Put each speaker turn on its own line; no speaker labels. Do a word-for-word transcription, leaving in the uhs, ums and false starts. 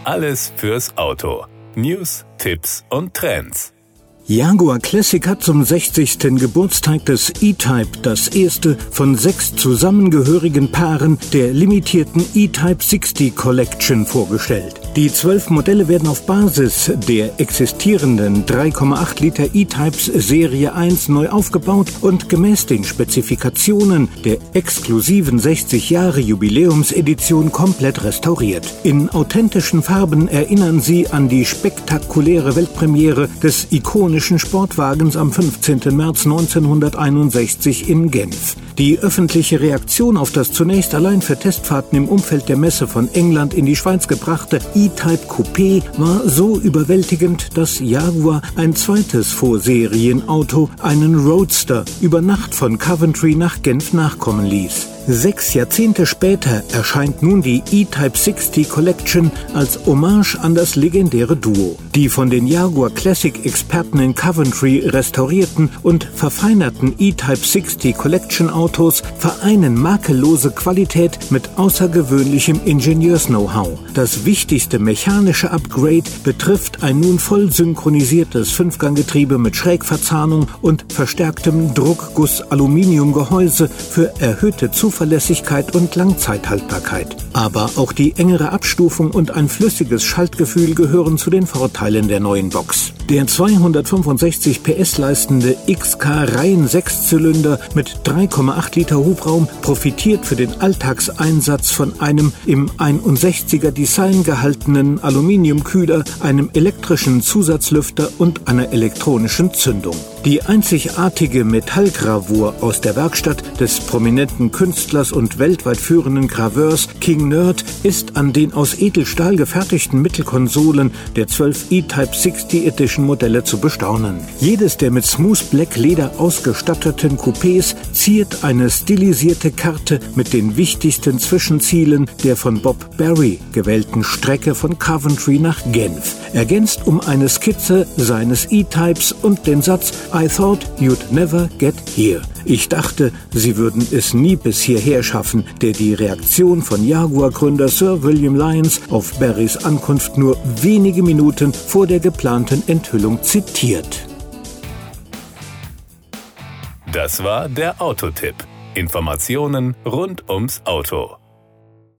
Alles fürs Auto. News, Tipps und Trends.
Jaguar Classic hat zum sechzigsten Geburtstag des E-Type das erste von sechs zusammengehörigen Paaren der limitierten E-Type sechzig Collection vorgestellt. Die zwölf Modelle werden auf Basis der existierenden drei Komma acht Liter E-Types Serie eins neu aufgebaut und gemäß den Spezifikationen der exklusiven sechzig Jahre Jubiläumsedition komplett restauriert. In authentischen Farben erinnern sie an die spektakuläre Weltpremiere des ikonischen Sportwagens am fünfzehnten März neunzehnhunderteinundsechzig in Genf. Die öffentliche Reaktion auf das zunächst allein für Testfahrten im Umfeld der Messe von England in die Schweiz gebrachte E-Type Coupé war so überwältigend, dass Jaguar ein zweites Vorserienauto, einen Roadster, über Nacht von Coventry nach Genf nachkommen ließ. Sechs Jahrzehnte später erscheint nun die E-Type sechzig Collection als Hommage an das legendäre Duo. Die von den Jaguar Classic-Experten in Coventry restaurierten und verfeinerten E-Type sechzig Collection Autos vereinen makellose Qualität mit außergewöhnlichem Ingenieurs-Know-how. Das wichtigste mechanische Upgrade betrifft ein nun voll synchronisiertes Fünfganggetriebe mit Schrägverzahnung und verstärktem Druckguss-Aluminiumgehäuse für erhöhte Zuverlässigkeit Zuverlässigkeit und Langzeithaltbarkeit. Aber auch die engere Abstufung und ein flüssiges Schaltgefühl gehören zu den Vorteilen der neuen Box. Der zweihundertfünfundsechzig P S leistende X K-Reihen-Sechszylinder mit drei Komma acht Liter Hubraum profitiert für den Alltagseinsatz von einem im einundsechziger Design gehaltenen Aluminiumkühler, einem elektrischen Zusatzlüfter und einer elektronischen Zündung. Die einzigartige Metallgravur aus der Werkstatt des prominenten Künstlers und weltweit führenden Graveurs King Nerd ist an den aus Edelstahl gefertigten Mittelkonsolen der zwölf E-Type sechzig Edition Modelle zu bestaunen. Jedes der mit Smooth Black Leder ausgestatteten Coupés ziert eine stilisierte Karte mit den wichtigsten Zwischenzielen der von Bob Barry gewählten Strecke von Coventry nach Genf, ergänzt um eine Skizze seines E-Types und den Satz I thought you'd never get here. Ich dachte, sie würden es nie bis hierher schaffen, der die Reaktion von Jaguar-Gründer Sir William Lyons auf Barrys Ankunft nur wenige Minuten vor der geplanten Enthüllung zitiert.
Das war der Autotipp. Informationen rund ums Auto.